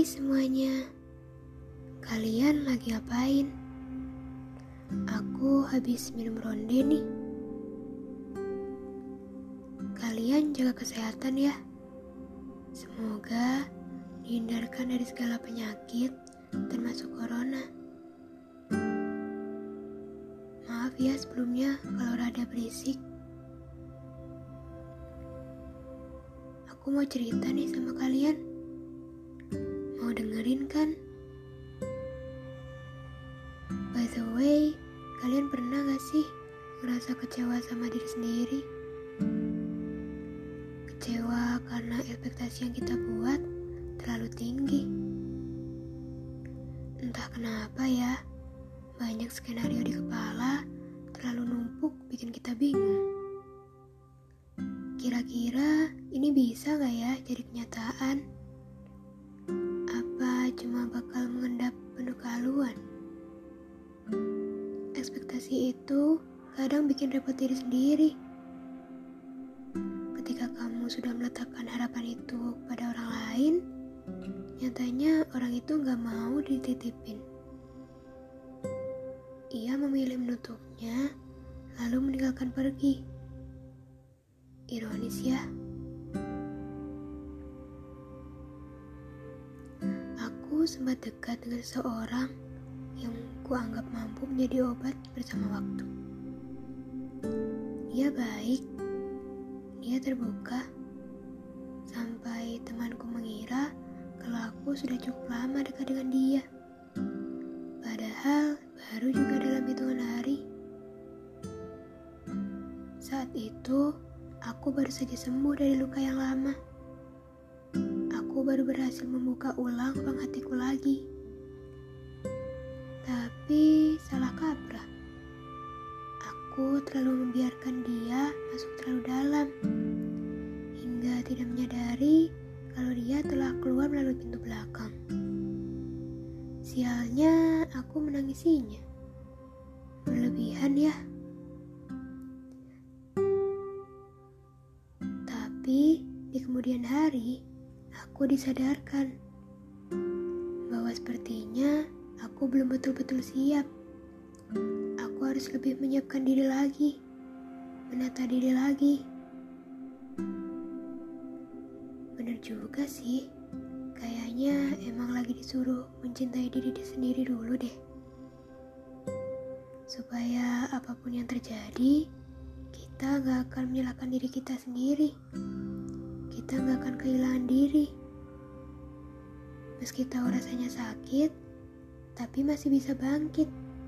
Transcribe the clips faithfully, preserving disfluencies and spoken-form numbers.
Hai semuanya, kalian lagi ngapain? Aku habis minum ronde nih. Kalian jaga kesehatan ya. Semoga dihindarkan dari segala penyakit, termasuk corona. Maaf ya sebelumnya kalau rada berisik. Aku mau cerita nih sama kalian. Mau dengerin kan? By the way, kalian pernah gak sih ngerasa kecewa sama diri sendiri? Kecewa karena ekspektasi yang kita buat terlalu tinggi. Entah kenapa ya, banyak skenario di kepala terlalu numpuk bikin kita bingung. Kira-kira ini bisa gak ya jadi kenyataan? Apa cuma bakal mengendap penuh kehaluan? Ekspektasi itu kadang bikin repot diri sendiri. Ketika kamu sudah meletakkan harapan itu pada orang lain, nyatanya orang itu gak mau dititipin. Ia memilih menutupnya, lalu meninggalkan pergi. Ironis ya. Aku sempat dekat dengan seseorang yang kuanggap mampu menjadi obat bersama waktu. Dia baik, dia terbuka, sampai temanku mengira kalau aku sudah cukup lama dekat dengan dia. Padahal baru juga dalam hitungan hari. Saat itu, aku baru saja sembuh dari luka yang lama. Aku baru berhasil membuka ulang ruang hatiku lagi. Tapi salah kaprah. Aku terlalu membiarkan dia masuk terlalu dalam, hingga tidak menyadari kalau dia telah keluar melalui pintu belakang. Sialnya, aku menangisinya. Berlebihan ya. Tapi di kemudian hari, aku disadarkan bahwa sepertinya aku belum betul-betul siap. Aku harus lebih menyiapkan diri lagi, menata diri lagi. Bener juga sih, kayaknya emang lagi disuruh mencintai diri sendiri dulu deh. Supaya apapun yang terjadi, kita gak akan menyalahkan diri kita sendiri. Kita gak akan kehilangan diri. Meski tahu rasanya sakit, tapi masih bisa bangkit.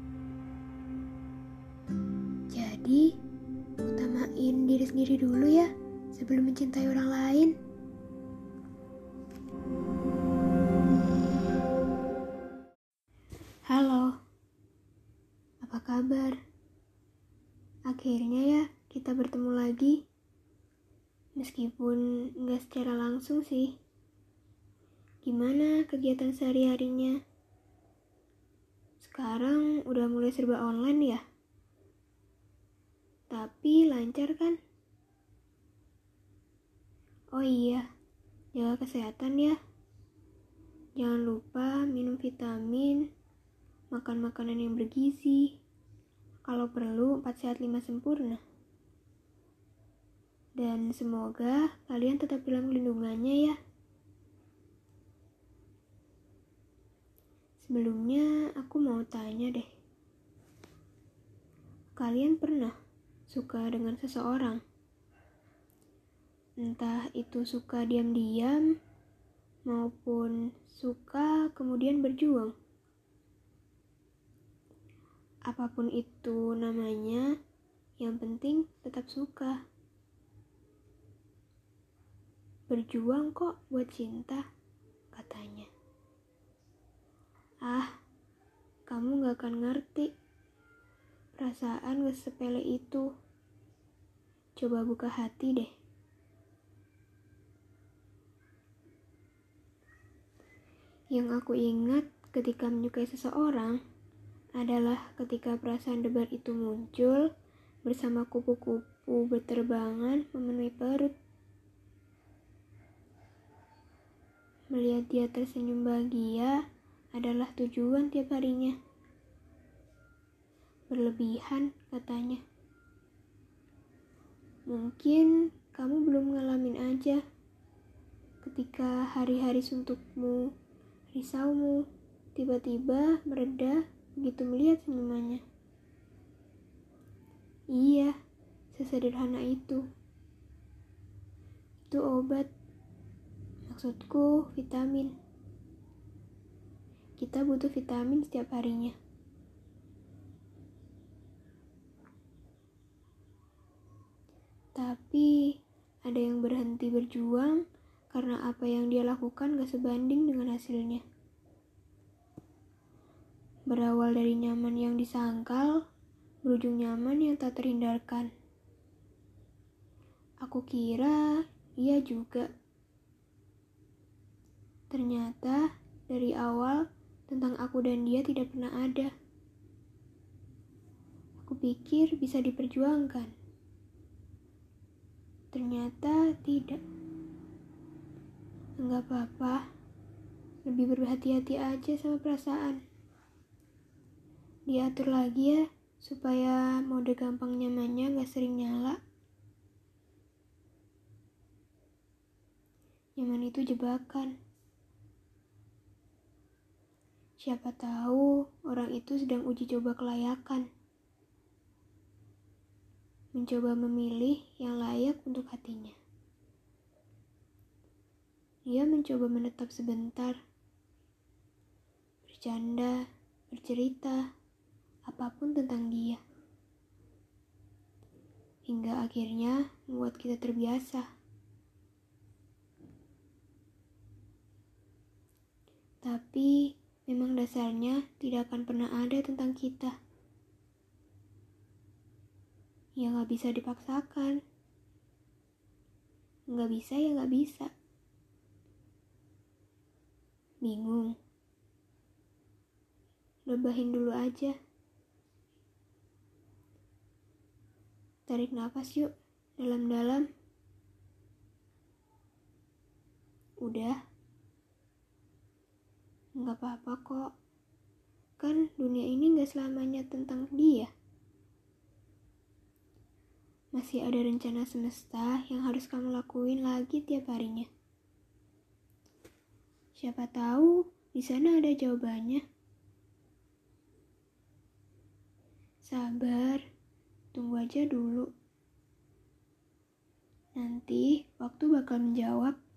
Jadi, utamain diri sendiri dulu ya, sebelum mencintai orang lain. Halo, apa kabar? Akhirnya ya kita bertemu lagi. Meskipun nggak secara langsung sih. Gimana kegiatan sehari-harinya? Sekarang udah mulai serba online ya? Tapi lancar kan? Oh iya, jaga kesehatan ya. Jangan lupa minum vitamin, makan makanan yang bergizi. Kalau perlu empat sehat lima sempurna. Dan semoga kalian tetap dalam lindungannya ya. Sebelumnya aku mau tanya deh. Kalian pernah suka dengan seseorang? Entah itu suka diam-diam maupun suka kemudian berjuang. Apapun itu namanya, yang penting tetap suka. Berjuang kok buat cinta, katanya. Ah, kamu gak akan ngerti. Perasaan gak sepele itu. Coba buka hati deh. Yang aku ingat ketika menyukai seseorang adalah ketika perasaan debar itu muncul bersama kupu-kupu berterbangan memenuhi perut. Melihat dia tersenyum bahagia adalah tujuan tiap harinya. Berlebihan, katanya. Mungkin kamu belum ngalamin aja. Ketika hari-hari suntukmu, risaumu, tiba-tiba mereda begitu melihat senyumannya. Iya, sesederhana itu. Itu obat. Maksudku vitamin. Kita butuh vitamin setiap harinya. Tapi ada yang berhenti berjuang karena apa yang dia lakukan gak sebanding dengan hasilnya. Berawal dari nyaman yang disangkal, berujung nyaman yang tak terhindarkan. Aku kira iya juga. Ternyata dari awal tentang aku dan dia tidak pernah ada. Aku pikir bisa diperjuangkan. Ternyata tidak. Enggak apa-apa. Lebih berhati-hati aja sama perasaan. Diatur lagi ya, supaya mode gampang nyamannya gak sering nyala. Nyaman itu jebakan. Siapa tahu orang itu sedang uji coba kelayakan. Mencoba memilih yang layak untuk hatinya. Dia mencoba menetap sebentar. Bercanda, bercerita, apapun tentang dia. Hingga akhirnya membuat kita terbiasa. Tapi memang dasarnya tidak akan pernah ada tentang kita. Ya gak bisa dipaksakan. Gak bisa ya gak bisa. Bingung. Rebahin dulu aja. Tarik nafas yuk, dalam-dalam. Udah. Gak apa-apa kok. Kan dunia ini gak selamanya tentang dia. Masih ada rencana semesta yang harus kamu lakuin lagi tiap harinya. Siapa tahu di sana ada jawabannya. Sabar, tunggu aja dulu. Nanti waktu bakal menjawab.